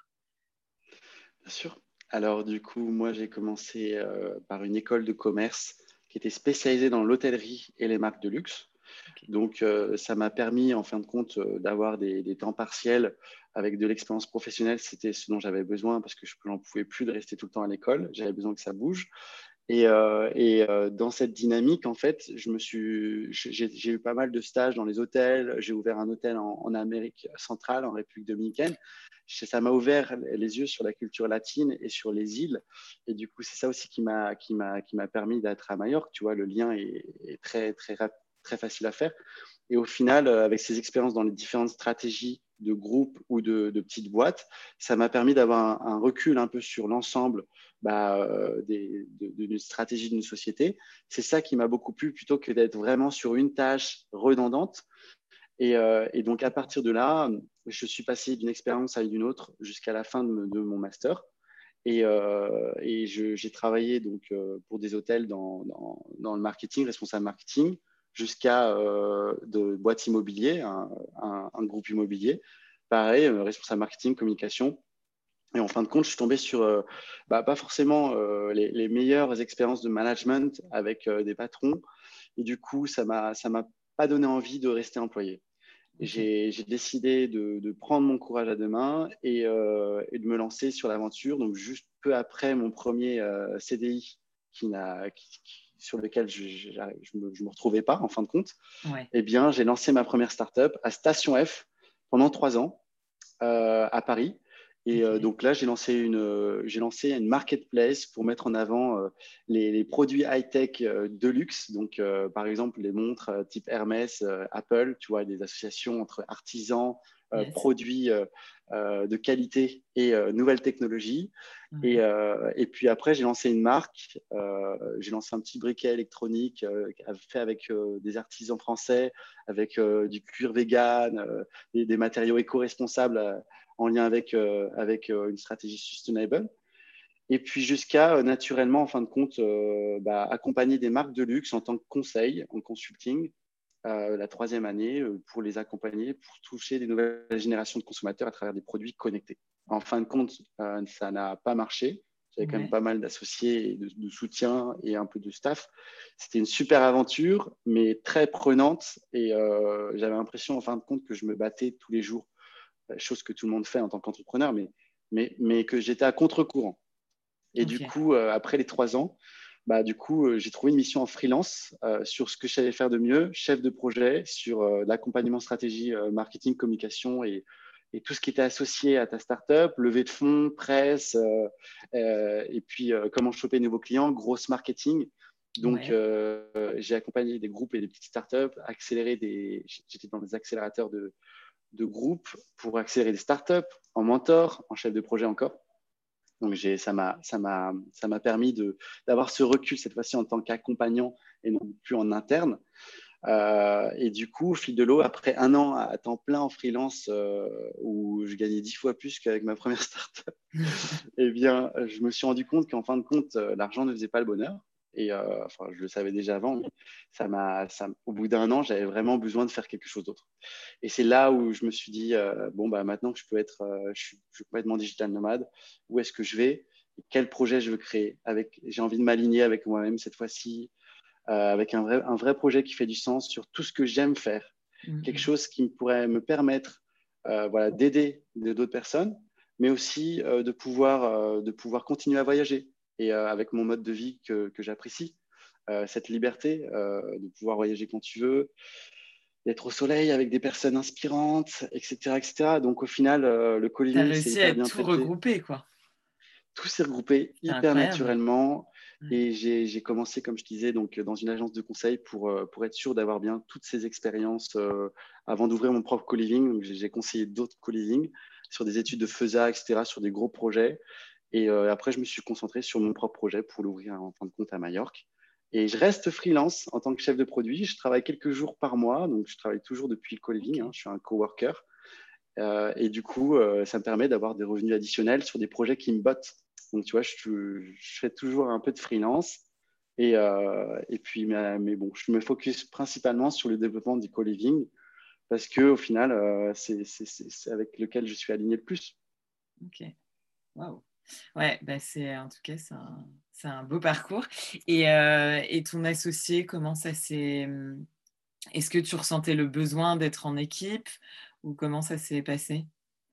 Bien sûr. Alors, du coup, moi, j'ai commencé euh, par une école de commerce qui était spécialisée dans l'hôtellerie et les marques de luxe. Okay. Donc, euh, ça m'a permis, en fin de compte, euh, d'avoir des, des temps partiels avec de l'expérience professionnelle. C'était ce dont j'avais besoin parce que je n'en pouvais plus de rester tout le temps à l'école. J'avais besoin que ça bouge. Et, euh, et euh, dans cette dynamique, en fait, je me suis, j'ai eu pas mal de stages dans les hôtels. J'ai ouvert un hôtel en, en Amérique centrale, en République dominicaine. Ça m'a ouvert les yeux sur la culture latine et sur les îles. Et du coup, c'est ça aussi qui m'a qui m'a qui m'a permis d'être à Majorque. Tu vois, le lien est, est très très très facile à faire. Et au final, avec ces expériences dans les différentes stratégies de groupe ou de, de petites boîtes, ça m'a permis d'avoir un, un recul un peu sur l'ensemble bah, euh, d'une stratégie d'une société. C'est ça qui m'a beaucoup plu plutôt que d'être vraiment sur une tâche redondante. Et, euh, et donc, à partir de là, je suis passé d'une expérience à une autre jusqu'à la fin de, de mon master. Et, euh, et j'ai travaillé donc, euh, pour des hôtels dans, dans, dans le marketing, responsable marketing, jusqu'à euh, de boîtes immobilières, un, un, un, groupe immobilier. Pareil, euh, responsable marketing, communication. Et en fin de compte, je suis tombé sur euh, bah, pas forcément euh, les, les meilleures expériences de management avec euh, des patrons. Et du coup, ça m'a ça m'a pas donné envie de rester employé. Okay. J'ai décidé de, de, prendre mon courage à deux mains et, euh, et de me lancer sur l'aventure. Donc, juste peu après mon premier euh, C D I qui n'a, qui, qui, sur lequel je ne me, me, retrouvais pas, en fin de compte, ouais. Eh bien, j'ai lancé ma première startup à Station F pendant trois ans euh, à Paris. Et okay. euh, donc là, j'ai lancé une, j'ai lancé une marketplace pour mettre en avant euh, les, les produits high-tech euh, de luxe. Donc, euh, par exemple, les montres euh, type Hermès, euh, Apple, tu vois, des associations entre artisans, euh, Yes. produits euh, euh, de qualité et euh, nouvelles technologies. Ouais. Et, euh, et puis après, j'ai lancé une marque. Euh, j'ai lancé un petit briquet électronique euh, fait avec euh, des artisans français, avec euh, du cuir vegan, euh, des, des matériaux éco-responsables euh, en lien avec, euh, avec euh, une stratégie sustainable. Et puis jusqu'à, euh, naturellement, en fin de compte, euh, bah, accompagner des marques de luxe en tant que conseil, en consulting, euh, la troisième année, euh, pour les accompagner, pour toucher des nouvelles générations de consommateurs à travers des produits connectés. En fin de compte, euh, ça n'a pas marché. J'avais quand même Ouais. pas mal d'associés, et de, de soutien et un peu de staff. C'était une super aventure, mais très prenante. Et euh, j'avais l'impression, en fin de compte, que je me battais tous les jours, chose que tout le monde fait en tant qu'entrepreneur, mais, mais, mais que j'étais à contre-courant. Et du Ok. coup, euh, après les trois ans, bah, du coup, euh, j'ai trouvé une mission en freelance euh, sur ce que je savais faire de mieux, chef de projet, sur euh, l'accompagnement stratégie, euh, marketing, communication et, et tout ce qui était associé à ta startup, levée de fonds, presse, euh, euh, et puis euh, comment choper de nouveaux clients, grosse marketing. Donc, Ouais. euh, j'ai accompagné des groupes et des petites startups, accéléré des, j'étais dans des accélérateurs de, de groupes pour accélérer des startups, en mentor, en chef de projet encore. Donc, j'ai, ça m'a, ça m'a, ça m'a permis de, d'avoir ce recul cette fois-ci en tant qu'accompagnant et non plus en interne. Euh, et du coup, au fil de l'eau, après un an à temps plein en freelance euh, où je gagnais dix fois plus qu'avec ma première startup, eh bien, je me suis rendu compte qu'en fin de compte, euh, l'argent ne faisait pas le bonheur. Et euh, enfin, je le savais déjà avant, mais ça m'a, ça, au bout d'un an, j'avais vraiment besoin de faire quelque chose d'autre. Et c'est là où je me suis dit, euh, bon, bah, maintenant que je peux être, euh, je suis, je suis complètement digital nomade, où est-ce que je vais? Quel projet je veux créer avec, j'ai envie de m'aligner avec moi-même cette fois-ci, euh, avec un vrai, un vrai projet qui fait du sens sur tout ce que j'aime faire. Quelque Mhm. chose qui pourrait me permettre euh, voilà, d'aider d'autres personnes, mais aussi euh, de, pouvoir, euh, de pouvoir continuer à voyager et euh, avec mon mode de vie que, que j'apprécie. Euh, cette liberté euh, de pouvoir voyager quand tu veux, d'être au soleil avec des personnes inspirantes, et cetera, et cetera. Donc au final, euh, le T'as co-living, c'est réussi à hyper bien tout traité. regrouper, quoi. Tout s'est regroupé C'est hyper incroyable. naturellement. Ouais. Et j'ai, j'ai commencé, comme je disais, donc, dans une agence de conseil pour, euh, pour être sûr d'avoir bien toutes ces expériences euh, avant d'ouvrir mon propre co-living. Donc, j'ai, j'ai conseillé d'autres co-living sur des études de FESA, et cetera, sur des gros projets. Et euh, après, je me suis concentré sur mon propre projet pour l'ouvrir en fin de compte à Majorque. Et je reste freelance en tant que chef de produit. Je travaille quelques jours par mois. Donc, je travaille toujours depuis le co-living. Hein. Ok. Je suis un coworker. Euh, et du coup, euh, ça me permet d'avoir des revenus additionnels sur des projets qui me bottent. Donc, tu vois, je, je fais toujours un peu de freelance. Et, euh, et puis, mais, mais, bon, je me focus principalement sur le développement du co-living parce que au final, euh, c'est, c'est, c'est avec lequel je suis aligné le plus. Ok. Waouh. Ouais, bah c'est en tout cas c'est un, c'est un beau parcours. Et, euh, et ton associé, comment ça s'est... Est-ce que tu ressentais le besoin d'être en équipe ou comment ça s'est passé?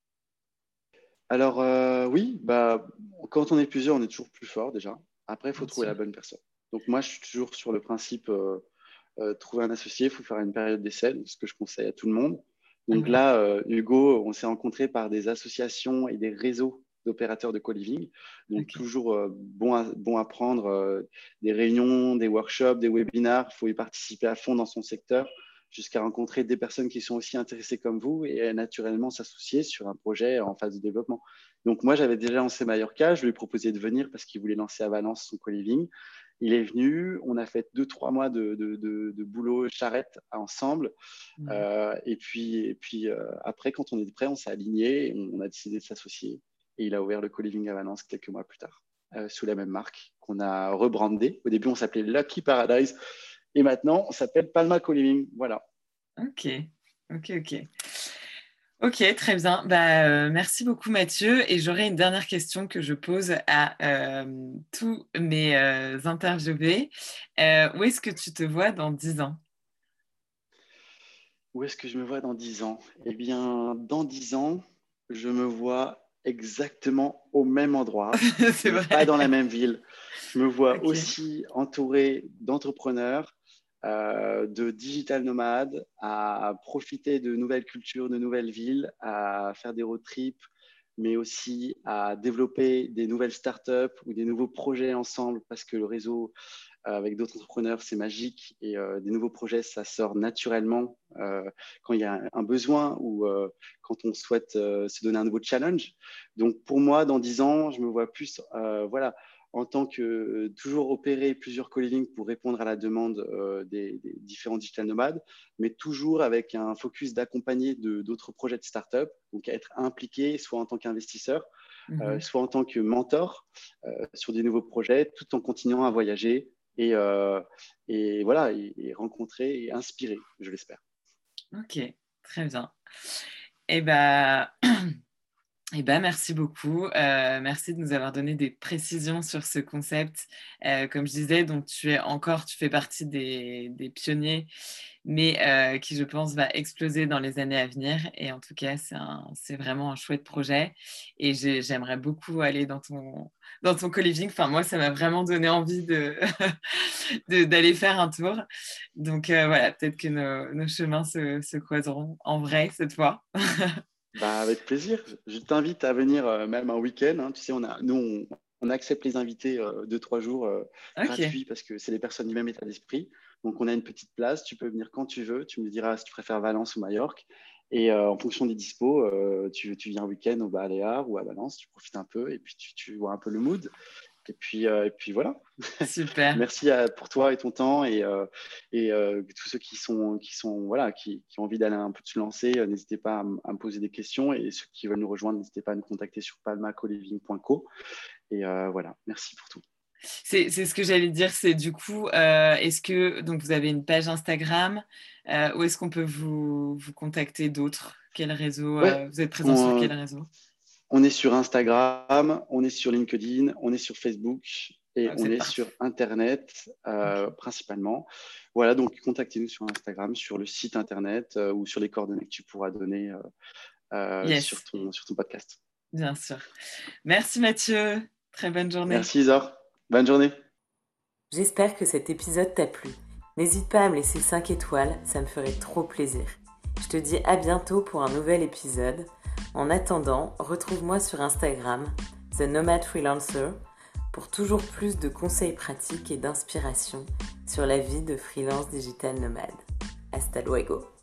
Alors, euh, oui, bah, quand on est plusieurs, on est toujours plus fort déjà. Après, il faut Bien trouver sûr. la bonne personne. Donc, moi, je suis toujours sur le principe euh, euh, trouver un associé, il faut faire une période d'essai, ce que je conseille à tout le monde. Donc Ouais. là, euh, Hugo, on s'est rencontrés par des associations et des réseaux d'opérateurs de co-living. Donc Ok. toujours euh, bon, à, bon à prendre euh, des réunions, des workshops, des webinars. Il faut y participer à fond dans son secteur jusqu'à rencontrer des personnes qui sont aussi intéressées comme vous et euh, naturellement s'associer sur un projet en phase de développement. Donc moi, j'avais déjà lancé Mallorca. Je lui ai proposé de venir parce qu'il voulait lancer à Valence son co-living. Il est venu, on a fait deux, trois mois de, de, de, de boulot charrette ensemble. Ouais. Euh, et puis, et puis euh, après, quand on était prêt, on s'est aligné, on, on, a décidé de s'associer. Et il a ouvert le co-living à Valence quelques mois plus tard, euh, sous la même marque qu'on a rebrandé. Au début, on s'appelait Lucky Paradise. Et maintenant, on s'appelle Palma Co-living. Voilà. Ok. Ok, ok. Ok, très bien. Bah, euh, merci beaucoup Mathieu. Et j'aurais une dernière question que je pose à euh, tous mes euh, interviewés. Euh, où est-ce que tu te vois dans dix ans? Où est-ce que je me vois dans dix ans? Eh bien, dans dix ans, je me vois exactement au même endroit, C'est mais pas vrai. dans la même ville. Je me vois Ok. aussi entouré d'entrepreneurs, euh, de digital nomades, à profiter de nouvelles cultures, de nouvelles villes, à faire des road trips, mais aussi à développer des nouvelles startups ou des nouveaux projets ensemble, parce que le réseau euh, avec d'autres entrepreneurs, c'est magique, et euh, des nouveaux projets, ça sort naturellement euh, quand il y a un besoin ou euh, quand on souhaite euh, se donner un nouveau challenge. Donc pour moi, dans dix ans, je me vois plus, euh, voilà, en tant que euh, toujours opérer plusieurs co-living pour répondre à la demande euh, des, des différents digital nomades, mais toujours avec un focus d'accompagner de, d'autres projets de start-up, donc à être impliqué soit en tant qu'investisseur, euh, Mhm. soit en tant que mentor euh, sur des nouveaux projets, tout en continuant à voyager et, euh, et voilà, et, et rencontrer et inspirer, je l'espère. Ok, très bien. Eh ben, eh ben, merci beaucoup. Euh, merci de nous avoir donné des précisions sur ce concept. Euh, comme je disais, donc tu es encore, tu fais partie des, des pionniers, mais euh, qui, je pense, va exploser dans les années à venir. Et en tout cas, c'est un, c'est vraiment un chouette projet. Et j'ai, j'aimerais beaucoup aller dans ton, dans ton co-living. Enfin, moi, ça m'a vraiment donné envie de, de- d'aller faire un tour. Donc euh, voilà, peut-être que nos, nos chemins se, se croiseront en vrai cette fois. Bah, avec plaisir. Je t'invite à venir euh, même un week-end, hein. Tu sais, on a, nous, on, on accepte les invités euh, deux, trois jours euh, Ok, gratuits parce que c'est des personnes du même état d'esprit. Donc, on a une petite place. Tu peux venir quand tu veux. Tu me diras si tu préfères Valence ou Majorque. Et euh, en fonction des dispos, euh, tu, tu viens un week-end au Baléares ou à Valence. Tu profites un peu et puis tu, tu vois un peu le mood. Et puis, euh, et puis voilà. super. Merci à- pour toi et ton temps et, euh, et euh, tous ceux qui sont, qui sont voilà, qui, qui ont envie d'aller un peu se lancer, euh, n'hésitez pas à, m- à me poser des questions et ceux qui veulent nous rejoindre, n'hésitez pas à nous contacter sur palmacoliving point co. Et euh, voilà, merci pour tout. C'est, c'est ce que j'allais dire, c'est du coup, euh, est-ce que donc vous avez une page Instagram, euh, ou est-ce qu'on peut vous, vous contacter d'autres? Quel réseau, Ouais, euh, vous êtes présent sur on, quel réseau? on est sur Instagram, on est sur LinkedIn, on est sur Facebook et Ah, vous on êtes est partout. sur Internet euh, Ok. principalement. Voilà, donc contactez-nous sur Instagram, sur le site Internet euh, ou sur les coordonnées que tu pourras donner euh, euh, sur, Yes, ton, sur ton podcast. bien sûr. Merci Mathieu. Très bonne journée. Merci Isor. Bonne journée. J'espère que cet épisode t'a plu. N'hésite pas à me laisser cinq étoiles, ça me ferait trop plaisir. Je te dis à bientôt pour un nouvel épisode. En attendant, retrouve-moi sur Instagram, The Nomad Freelancer, pour toujours plus de conseils pratiques et d'inspiration sur la vie de freelance digital nomade. Hasta luego.